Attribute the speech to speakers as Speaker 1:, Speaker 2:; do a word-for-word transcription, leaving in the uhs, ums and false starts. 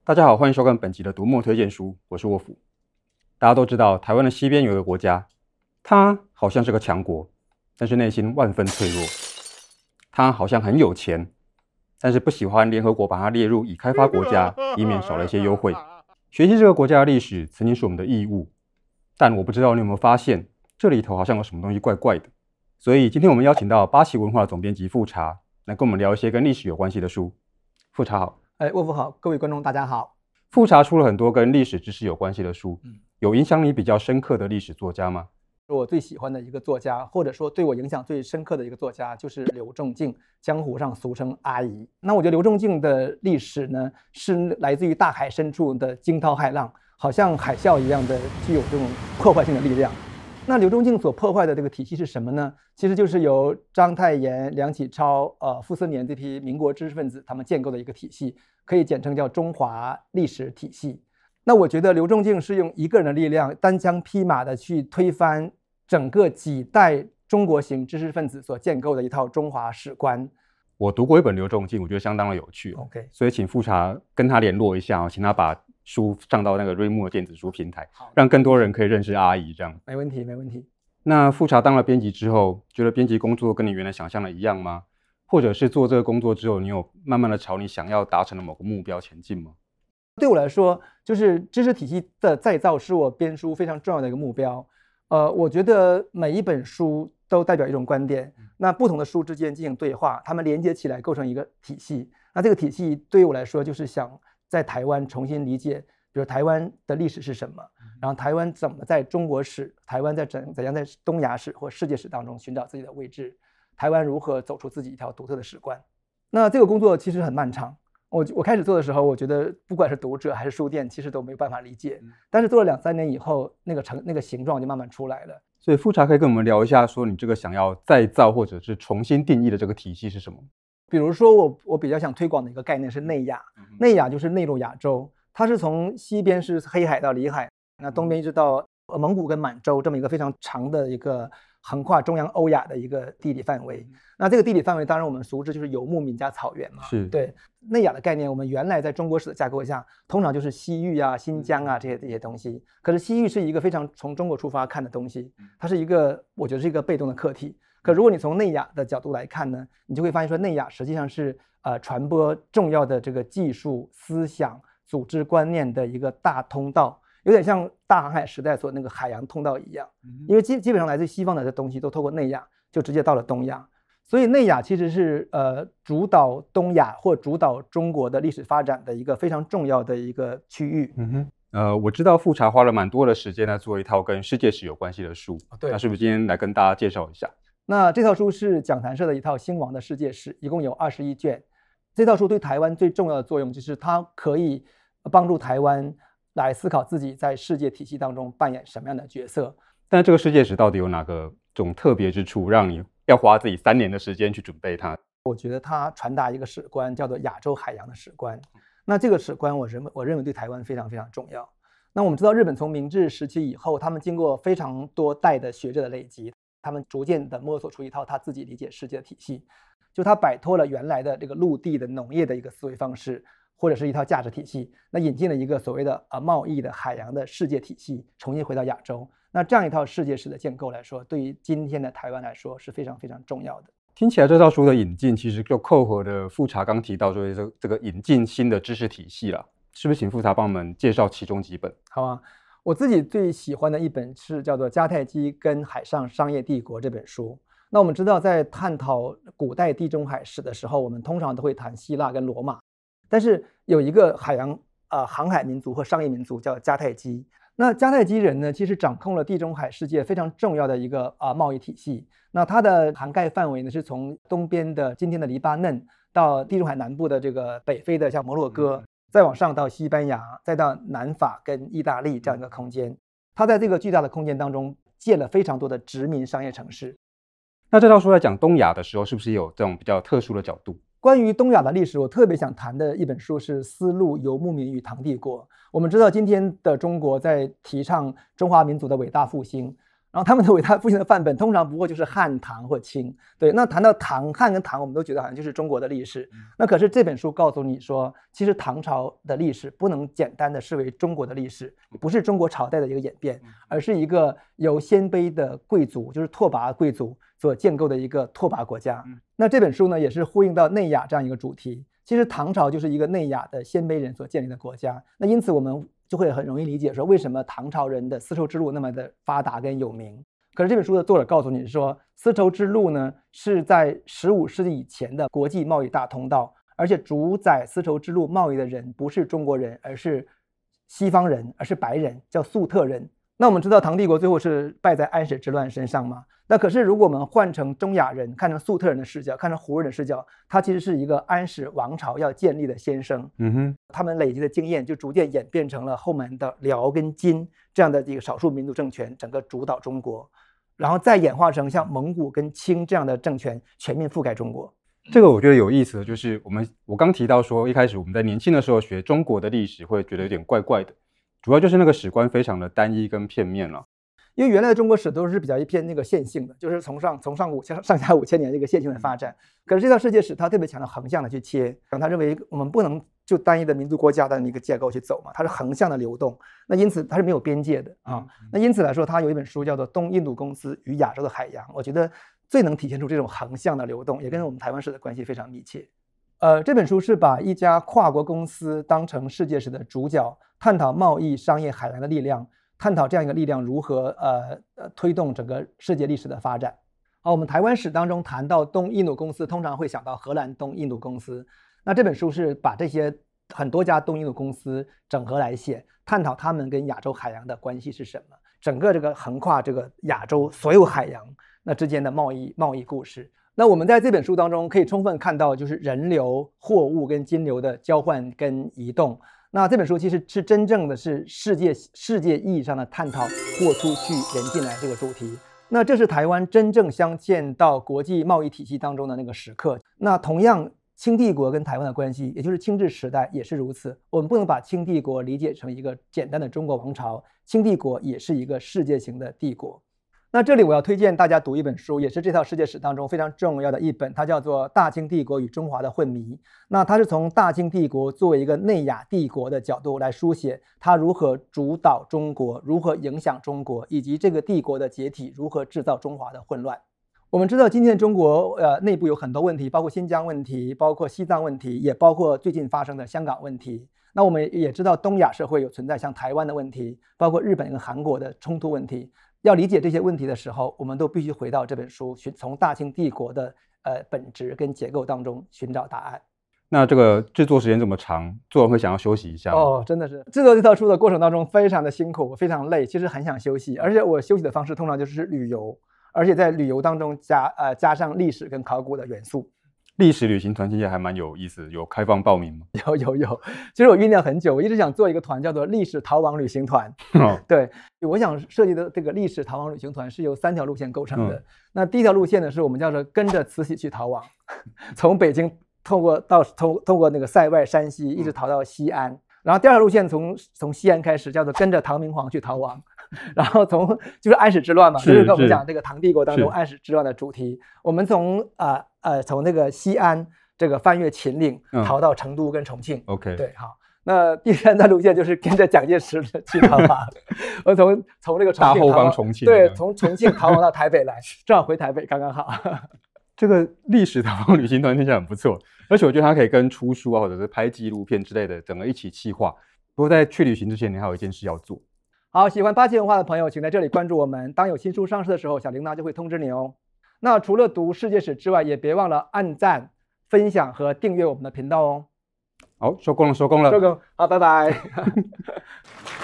Speaker 1: 大家好，欢迎收看本集的读墨推荐书，我是沃夫。大家都知道，台湾的西边有一个国家，它好像是个强国，但是内心万分脆弱。它好像很有钱，但是不喜欢联合国把它列入已开发国家，以免少了一些优惠。学习这个国家的历史曾经是我们的义务，但我不知道你有没有发现，这里头好像有什么东西怪怪的。所以今天我们邀请到八旗文化的总编辑富察来跟我们聊一些跟历史有关系的书。富察好。
Speaker 2: 哎，沃夫好，各位观众大家好。
Speaker 1: 富察出了很多跟历史知识有关系的书，有影响你比较深刻的历史作家吗？
Speaker 2: 我最喜欢的一个作家，或者说对我影响最深刻的一个作家，就是刘仲敬，江湖上俗称阿姨。那我觉得刘仲敬的历史呢，是来自于大海深处的惊涛骇浪，好像海啸一样的具有这种破坏性的力量。那刘仲敬所破坏的这个体系是什么呢？其实就是由章太炎、梁启超、呃傅斯年这批民国知识分子他们建构的一个体系，可以简称叫中华历史体系。那我觉得刘仲敬是用一个人的力量，单枪匹马的去推翻整个几代中国型知识分子所建构的一套中华史观。
Speaker 1: 我读过一本刘仲敬，我觉得相当的有趣、哦、
Speaker 2: OK，
Speaker 1: 所以请富察跟他联络一下、哦、请他把书上到那个瑞木的电子书平台，让更多人可以认识阿姨。这样
Speaker 2: 没问题，没问题。
Speaker 1: 那富察当了编辑之后，觉得编辑工作跟你原来想象的一样吗？或者是做这个工作之后，你有慢慢的朝你想要达成的某个目标前进吗？
Speaker 2: 对我来说，就是知识体系的再造是我编书非常重要的一个目标。呃，我觉得每一本书都代表一种观点，那不同的书之间进行对话，它们连接起来构成一个体系。那这个体系对于我来说，就是想在台湾重新理解，比如台湾的历史是什么，然后台湾怎么在中国史，台湾在怎怎样在东亚史或世界史当中寻找自己的位置，台湾如何走出自己一条独特的史观。那这个工作其实很漫长。我我开始做的时候，我觉得不管是读者还是书店，其实都没有办法理解。但是做了两三年以后，那个成那个形状就慢慢出来了。
Speaker 1: 所以富察可以跟我们聊一下，说你这个想要再造或者是重新定义的这个体系是什么？
Speaker 2: 比如说我我比较想推广的一个概念是内亚，内亚就是内陆亚洲，它是从西边是黑海到里海，那东边一直到蒙古跟满洲这么一个非常长的一个横跨中央欧亚的一个地理范围。那这个地理范围当然我们熟知就是游牧民加草原嘛。
Speaker 1: 是。
Speaker 2: 对，内亚的概念我们原来在中国史的架构下通常就是西域啊、新疆啊这些这些东西。可是西域是一个非常从中国出发看的东西，它是一个我觉得是一个被动的课题。可如果你从内亚的角度来看呢，你就会发现说内亚实际上是呃传播重要的这个技术、思想、组织观念的一个大通道，有点像大航海时代所那个海洋通道一样。因为基基本上来自西方的这东西都透过内亚就直接到了东亚，所以内亚其实是呃主导东亚或主导中国的历史发展的一个非常重要的一个区域。
Speaker 1: 嗯哼。呃，我知道富察花了蛮多的时间来做一套跟世界史有关系的书。
Speaker 2: 哦、对，
Speaker 1: 那是不是今天来跟大家介绍一下？
Speaker 2: 那这套书是讲坛社的一套兴亡的世界史，一共有二十一卷。这套书对台湾最重要的作用就是它可以帮助台湾来思考自己在世界体系当中扮演什么样的角色。
Speaker 1: 但这个世界史到底有哪个种特别之处，让你要花自己三年的时间去准备它？
Speaker 2: 我觉得它传达一个史观，叫做亚洲海洋的史观。那这个史观我认为我认为对台湾非常非常重要。那我们知道日本从明治时期以后，他们经过非常多代的学者的累积，他们逐渐的摸索出一套他自己理解世界的体系，就他摆脱了原来的这个陆地的农业的一个思维方式，或者是一套价值体系，那引进了一个所谓的呃贸易的海洋的世界体系，重新回到亚洲。那这样一套世界史的建构来说，对于今天的台湾来说是非常非常重要的。
Speaker 1: 听起来这套书的引进其实就扣合了富察刚提到说这这个引进新的知识体系啦，是不是请富察帮我们介绍其中几本？
Speaker 2: 好啊，我自己最喜欢的一本是叫做《迦太基跟海上商业帝国》这本书。那我们知道在探讨古代地中海史的时候，我们通常都会谈希腊跟罗马，但是有一个海洋呃航海民族或商业民族叫迦太基。那迦太基人呢，其实掌控了地中海世界非常重要的一个啊、呃、贸易体系。那它的涵盖范围呢，是从东边的今天的黎巴嫩，到地中海南部的这个北非的像摩洛哥，再往上到西班牙，再到南法跟意大利这样一个空间。它在这个巨大的空间当中建了非常多的殖民商业城市。
Speaker 1: 那这套书在讲东亚的时候，是不是也有这种比较特殊的角度？
Speaker 2: 关于东亚的历史，我特别想谈的一本书是《丝路游牧民与唐帝国》。我们知道今天的中国在提倡中华民族的伟大复兴， 然后他们的伟大复兴的范本通常不过就是汉唐或清。对，那谈到唐汉跟唐，我们都觉得好像就是中国的历史。那可是这本书告诉你说，其实唐朝的历史不能简单的视为中国的历史，不是中国朝代的一个演变，而是一个由鲜卑的贵族，就是拓跋贵族所建构的一个拓跋国家。那这本书呢，也是呼应到内亚这样一个主题。其实唐朝就是一个内亚的鲜卑人所建立的国家。那因此我们就会很容易理解说，为什么唐朝人的丝绸之路那么的发达跟有名。可是这本书的作者告诉你说，丝绸之路呢是在十五世纪以前的国际贸易大通道，而且主宰丝绸之路贸易的人不是中国人，而是西方人，而是白人，叫粟特人。那我们知道唐帝国最后是败在安史之乱身上嘛？那可是如果我们换成中亚人，看成粟特人的视角，看成胡人的视角，他其实是一个安史王朝要建立的先声。
Speaker 1: 嗯哼，
Speaker 2: 他们累积的经验就逐渐演变成了后面的辽跟金这样的一个少数民族政权整个主导中国，然后再演化成像蒙古跟清这样的政权全面覆盖中国。
Speaker 1: 这个我觉得有意思的就是我们我刚提到说，一开始我们在年轻的时候学中国的历史会觉得有点怪怪的，主要就是那个史观非常的单一跟片面了。
Speaker 2: 因为原来的中国史都是比较一片那个线性的，就是从上从上五上下五千年这个线性的发展。可是这套世界史它特别强调横向的去切，他认为我们不能就单一的民族国家的一个结构去走嘛，它是横向的流动。那因此它是没有边界的啊。那因此来说，它有一本书叫做《东印度公司与亚洲的海洋》，我觉得最能体现出这种横向的流动，也跟我们台湾史的关系非常密切。呃，这本书是把一家跨国公司当成世界史的主角，探讨贸易、商业、海洋的力量。探讨这样一个力量如何呃呃推动整个世界历史的发展。好，我们台湾史当中谈到东印度公司，通常会想到荷兰东印度公司。那这本书是把这些很多家东印度公司整合来写，探讨他们跟亚洲海洋的关系是什么，整个这个横跨这个亚洲所有海洋那之间的贸易贸易故事。那我们在这本书当中可以充分看到，就是人流、货物跟金流的交换跟移动。那这本书其实是真正的是世界世界意义上的探讨货出去人进来这个主题。那这是台湾真正镶嵌到国际贸易体系当中的那个时刻。那同样清帝国跟台湾的关系，也就是清治时代也是如此。我们不能把清帝国理解成一个简单的中国王朝，清帝国也是一个世界型的帝国。那这里我要推荐大家读一本书，也是这套世界史当中非常重要的一本，它叫做《大清帝国与中华的混迷》。那它是从大清帝国作为一个内亚帝国的角度来书写它如何主导中国，如何影响中国，以及这个帝国的解体如何制造中华的混乱。我们知道今天的中国呃内部有很多问题，包括新疆问题，包括西藏问题，也包括最近发生的香港问题。那我们也知道东亚社会有存在像台湾的问题，包括日本跟韩国的冲突问题。要理解这些问题的时候，我们都必须回到这本书，从大清帝国的呃本质跟结构当中寻找答案。
Speaker 1: 那这个制作时间这么长，作人会想要休息一下吗？
Speaker 2: 哦，真的是制作这套书的过程当中非常的辛苦，非常累，其实很想休息，而且我休息的方式通常就是旅游，而且在旅游当中加呃加上历史跟考古的元素。
Speaker 1: 历史旅行团听起来还蛮有意思，有开放报名吗？
Speaker 2: 有有有，其实我酝酿很久，我一直想做一个团，叫做历史逃亡旅行团。
Speaker 1: 哦、
Speaker 2: 对，我想设计的这个历史逃亡旅行团是由三条路线构成的。嗯、那第一条路线呢，是我们叫做跟着慈禧去逃亡，从北京透过到通透过那个塞外山西，一直逃到西安。嗯、然后第二条路线从从西安开始，叫做跟着唐明皇去逃亡。然后从就是安史之乱嘛，就是跟我们讲这个唐帝国当中安史之乱的主题。我们从呃呃从那个西安这个翻越秦岭，逃到成都跟重庆。
Speaker 1: 嗯、OK，
Speaker 2: 对，好。那第三条路线就是跟着蒋介石去逃亡，我从从这个重庆
Speaker 1: 大后方重庆，
Speaker 2: 对，从重庆逃亡到台北来，正好回台北刚刚好。
Speaker 1: 这个历史逃亡旅行团听起来很不错，而且我觉得它可以跟出书啊，或者是拍纪录片之类的，整个一起企划。不过在去旅行之前，你还有一件事要做。
Speaker 2: 好，喜欢八七文化的朋友，请在这里关注我们。当有新书上市的时候，小铃铛就会通知你哦。那除了读世界史之外，也别忘了按赞、分享和订阅我们的频道哦。
Speaker 1: 好，收工了，收工了，
Speaker 2: 收工，好，拜拜。